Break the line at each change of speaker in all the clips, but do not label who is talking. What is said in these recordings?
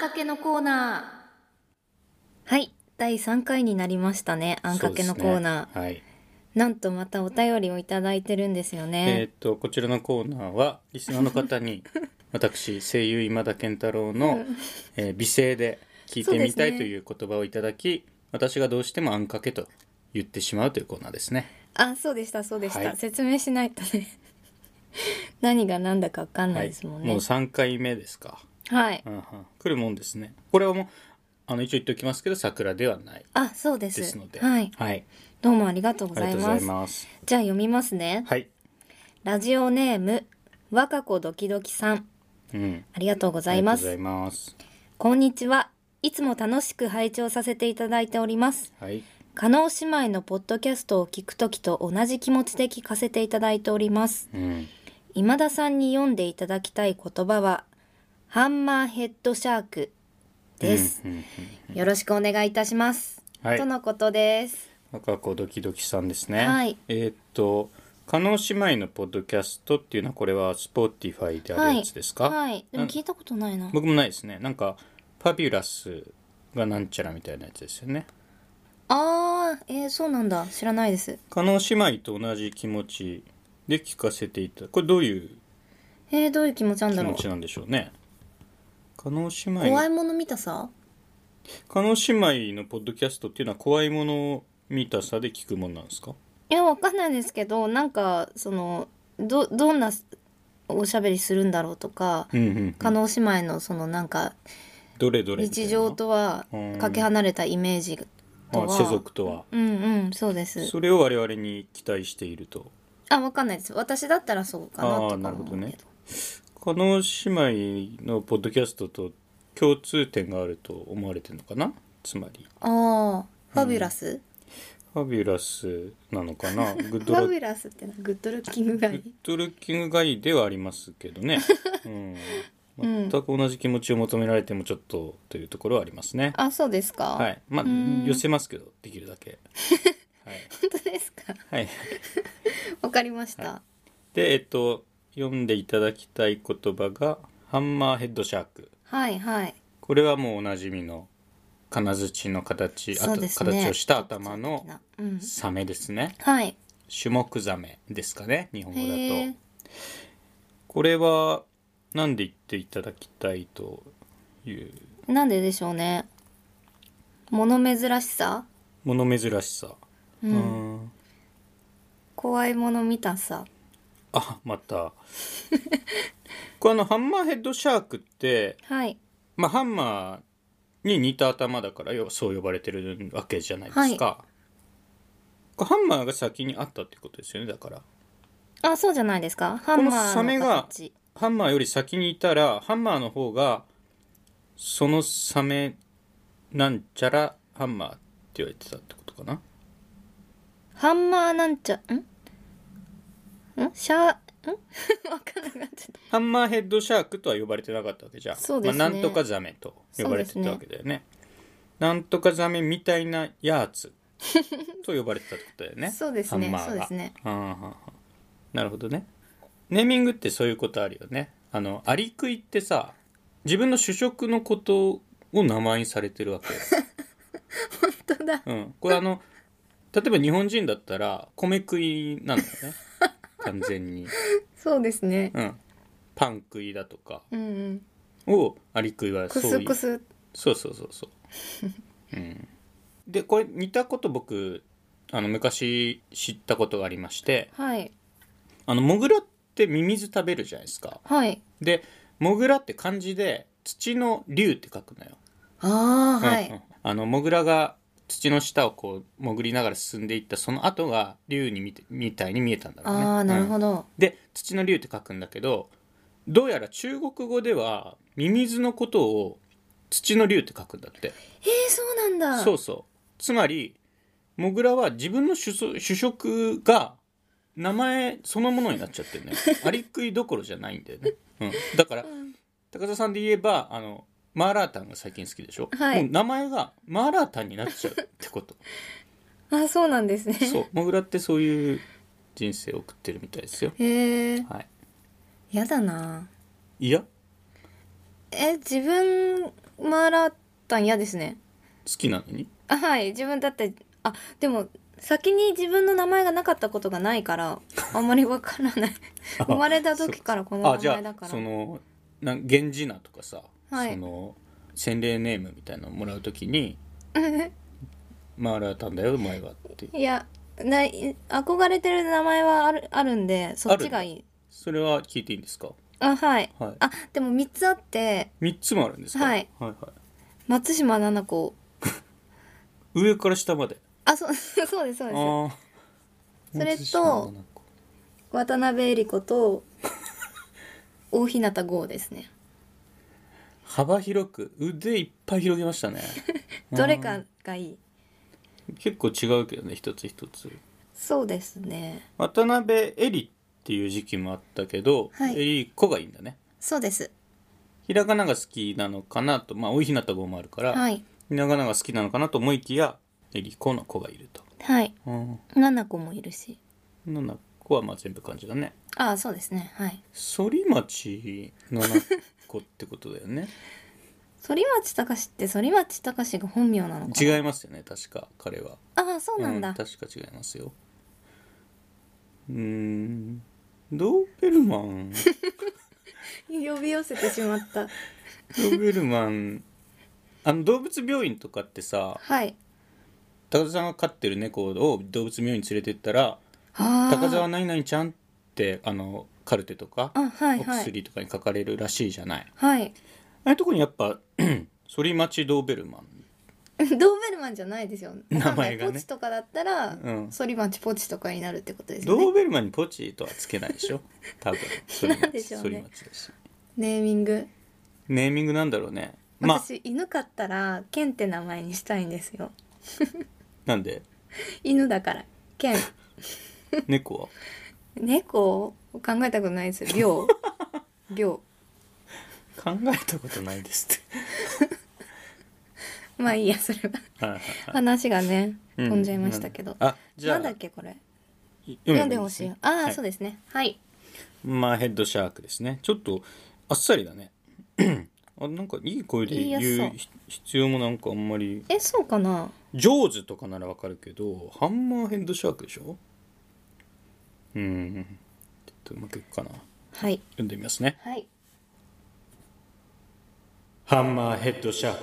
かけのコーナー。はい、第3回になりましたね。あんかけのコーナー、
そうですね。はい。
なんとまたお便りをいただいてるんですよね。
こちらのコーナーはリスナーの方に私声優今田健太郎の、美声で聞いてみたいという言葉をいただき、私がどうしてもあんかけと言ってしまうというコーナーですね。
あ、そうでしたそうでした、
はい
説明しないとね何が何だか分かんな
はいい、
ですもんね。
もう3回目ですか。
はい、
うんうん、来るもんですね。これはもう一応言っておきますけど、桜ではない
あ、そうです。
ですので、
はい、
はい、
どうもありがとうござい
ありがとうご
ます。
ざいます。
じゃあ読みますね。
はい、
ラジオネーム若子ドキドキさん、
うん、
ありがとうございます。
ありがとうございます。
こんにちは。いつも楽しく拝聴させていただいております。
はい、
加納姉妹のポッドキャストを聞くときと同じ気持ちで聞かせていただいております。
うん、
今田さんに読んでいただきたい言葉はハンマーヘッドシャークです。
うんうんうん、
よろしくお願いいたします。
はい、
とのことです。
赤子ドキドキさんですね。
はい。
加納姉妹のポッドキャストっていうのはこれはスポーティファイであるやつですか？
はい。でも聞いたことないな。
僕もないですね。なんかファビュラスがなんちゃらみたいなやつですよね。
そうなんだ。知らないです。
加納姉妹と同じ気持ちで聞かせていた。これどういう
どういう気持ちなんだろう。
気持ちなんでしょうね。加納姉妹
怖いもの見たさ。
加納姉妹のポッドキャストっていうのは怖いもの見たさで聞くもんなんですか？
いや、わかんないですけど、なんかどんなおしゃべりするんだろうとか、
うんうんうん、
加納姉妹のなんか
どれどれみたいな
日常とはかけ離れたイメージとは、
世俗とは、
そうです。
それを我々に期待していると。
わかんないです。私だったらそうかなとか思うけど。
なるほどね。加納姉妹のポッドキャストと共通点があると思われてるのかな。つまり
ファビュラス、
ファビュラスなのかな。
ファビュラスってグッドルッキングガイ。
グッドルッキングガイではありますけどね、全く同じ気持ちを求められてもちょっとというところはありますね。
そうですか。
はい、寄せますけどできるだけはい、
本当ですか。
はい
わかりました、
はい、で読んでいただきたい言葉がハンマーヘッドシャーク。
はいはい。
これはもうおなじみの金槌の形、
そうですね、
形をした頭の
うん
サメですね。
はい。
シュモクザメですかね、日本語だ
へー
と。これは何で言っていただきたいという？
なんででしょうね。物珍しさ、
物珍しさ、
怖いもの見たさ。
またこれハンマーヘッドシャークって、
はい。
ハンマーに似た頭だからそう呼ばれてるわけじゃないですか、これハンマーが先にあったってことですよね。だから
そうじゃないですか。ハンマーの形。
このサメがハンマーより先にいたらハンマーの方がそのサメなんちゃらハンマーって言われてたってことかな。
ハンマーなんちゃシャわかんなくなっちゃった。
ハンマーヘッドシャークとは呼ばれてなかったわけじゃん。
そうですね、
なんとかザメと呼ばれてたわけだよね。なんとかザメみたいなやつと呼ばれてたってことだよね。
そうですね、
ハンマーが。
そうですね。
なるほどね。ネーミングってそういうことあるよね。アリクイってさ、自分の主食のことを名前にされてるわけよ。
本当だ。
これ例えば日本人だったら米食いなんだよね。完全に。
そうですね。
パン食いだとか
うん
をアリクイは
ク
そういう。
スクス。
そうでこれ似たこと僕昔知ったことがありまして、
はい。
モグラってミミズ食べるじゃないですか。
はい。
でモグラって漢字で土の竜って書くのよ。
はい。
モグラが土の下をこう潜りながら進んでいったその後が竜みたいに見えたんだろうね。
なるほど。
で土の竜って書くんだけど、どうやら中国語ではミミズのことを土の竜って書くんだって。
そうなんだ。
そうそう。つまりモグラは自分の主食が名前そのものになっちゃってるね。アリクイどころじゃないんだよね。だから、高田さんで言えばマーラータンが最近好きでしょ、
はい、
もう名前がマーラータンになっちゃうってこと
そうなんですね。
そう、モグラってそういう人生を送ってるみたいですよ。はい。
やだな。
いや
自分マーラータン嫌ですね。
好きなのに。
はい、自分だって、でも先に自分の名前がなかったことがないからあんまりわからない生まれた時からこの名
じゃあ
前だから。
その源氏名とかさ、
はい
その洗礼ネームみたいなのもらうときにマーラータンだよお前はって。
いや、憧れてる名前はあるんで、そっちがいい。
それは聞いていいんですか？
はい。
はい。
でも3つあって、
3つもあるんですか？
はい
はいはい。
松島菜々子。
上から下まで。
そうそうです、そうです。
ああ。
それと渡辺恵里子と大日向剛ですね。
幅広く腕いっぱい広げましたね。
どれかがいい。
結構違うけどね、一つ一つ。
そうですね。
渡辺恵里っていう時期もあったけど、
はい
恵里子がいいんだね。
そうです。
ひらがなが好きなのかなと、大日向剛もあるから、
はい
ひらがなが好きなのかなと思いきや恵里子の子がいると。
はい。菜々子もいるし。
のな子は全部漢字だね。
そうですね。はい。
反町のな子ってことだよね。
反町隆史って反町隆史が本名なのかな。
違いますよね、確か彼は。
そうなんだ。
確か違いますよ。ドーベルマン
呼び寄せてしまった。
ドーベルマン動物病院とかってさ、
はい。
高田さんが飼ってる猫を動物病院に連れてったら
高
高沢何々ちゃんってカルテとか、
はい
お薬とかに書かれるらしいじゃない。
はい
ああいうとこにやっぱ反町ドーベルマン
ドーベルマンじゃないですよ。
名前がね
ポチとかだったら
うん
反町ポチとかになるってことですよね。
ドーベルマンにポチとはつけないでしょ多分
なんでしょうね
反町だし。
ネーミング。
ネーミングなんだろうね。
私、犬飼ったらケンって名前にしたいんですよ。
なんで
犬だからケン。
猫は
猫考えたことないですよ。りょう
考えたことないですって
まあいいや、それは
はいはいはい
話がね
うん
飛んじゃいましたけど、
じゃあ
なんだっけこれ。
読
読んでほしい。
はい
そうですね。はい。
ヘッドシャークですね。ちょっとあっさりだねなんかいい声で
言いやすそう
言う必要もなんかあんまり。
そうかな。
ジョーズとかならわかるけどハンマーヘッドシャークでしょ。ちょっとうまくいくかな。
はい。
読んでみますね。
はい。
ハンマーヘッドシャー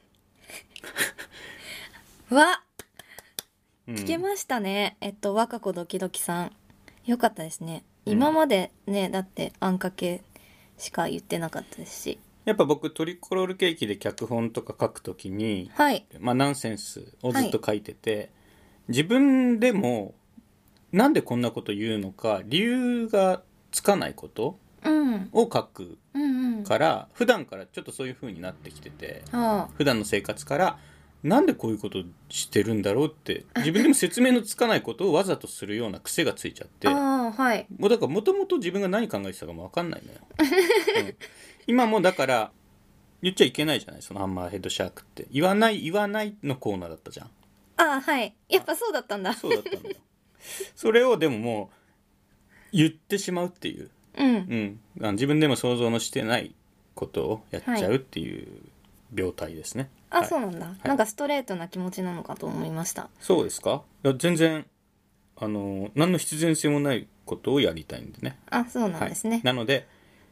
ク
聞けましたね。若子ドキドキさん。よかったですね。今までね、だってあんかけしか言ってなかったですし。
やっぱ僕トリコロールケーキで脚本とか書くときに、
はい。
ナンセンスをずっと書いてて、自分でもなんでこんなこと言うのか理由がつかないこと
うん。
を書く
うんうん。
から普段からちょっとそういう風になってきてて、
あ
普段の生活からなんでこういうことしてるんだろうって自分でも説明のつかないことをわざとするような癖がついちゃって
はい。
もうだからもともと自分が何考えてたかも分かんないのよ、今もだから言っちゃいけないじゃない、そのハンマーヘッドシャークって言わないのコーナーだったじゃん。
はい。やっぱそうだったんだ。
そうだったんだよそれをでももう言ってしまうっていう、自分でも想像のしてないことをやっちゃうっていう病態ですね。
そうなんだ、なんかストレートな気持ちなのかと思いました。
そうですか。いや全然何の必然性もないことをやりたいんでね。
そうなんですね。
なので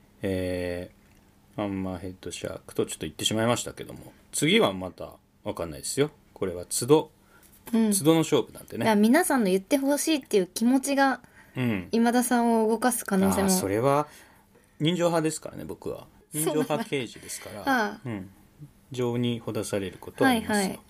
ハンマーヘッドシャークとちょっと言ってしまいましたけども、次はまた分かんないですよ。これは都度の勝負なんでね。
皆さんの言ってほしいっていう気持ちが今田さんを動かす可能性も。
それは人情派ですからね。僕は人情派刑事ですから情にほだされることはありますよ。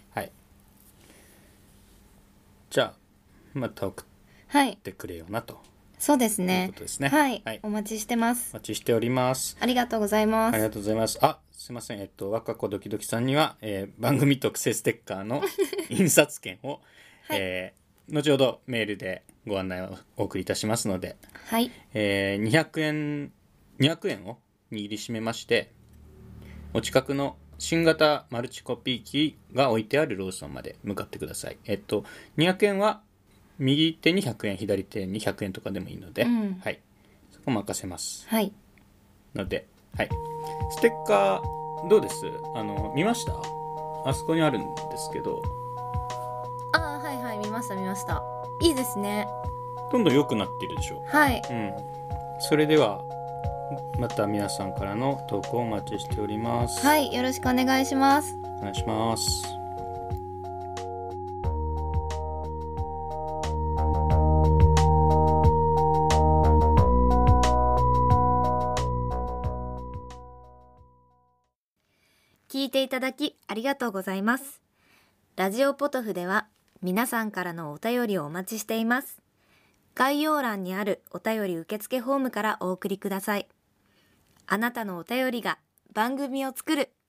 じゃあまた送ってくれよなと、
そうですね。
いうことですね。
はい、お待ちしてます。
お待ちしております。
ありがとうございます。
ありがとうございます。すいません。若子ドキドキさんには、番組特製ステッカーの印刷券を、後ほどメールでご案内をお送りいたしますので、200円を握りしめまして、お近くの新型マルチコピー機が置いてあるローソンまで向かってください。200円は右手に100円、左手に100円とかでもいいので、そこ任せます。ので、ステッカーどうです？見ました？あそこにあるんですけど、
はいはい、見ましたいいですね。
どんどん良くなっているでしょ。
はい、
それではまた皆さんからの投稿をお待ちしております。
はい、よろしくお願いします。
お願いします。
聞いていただきありがとうございます。ラジオポトフでは皆さんからのお便りをお待ちしています。概要欄にあるお便り受付フォームからお送りください。あなたのお便りが番組を作る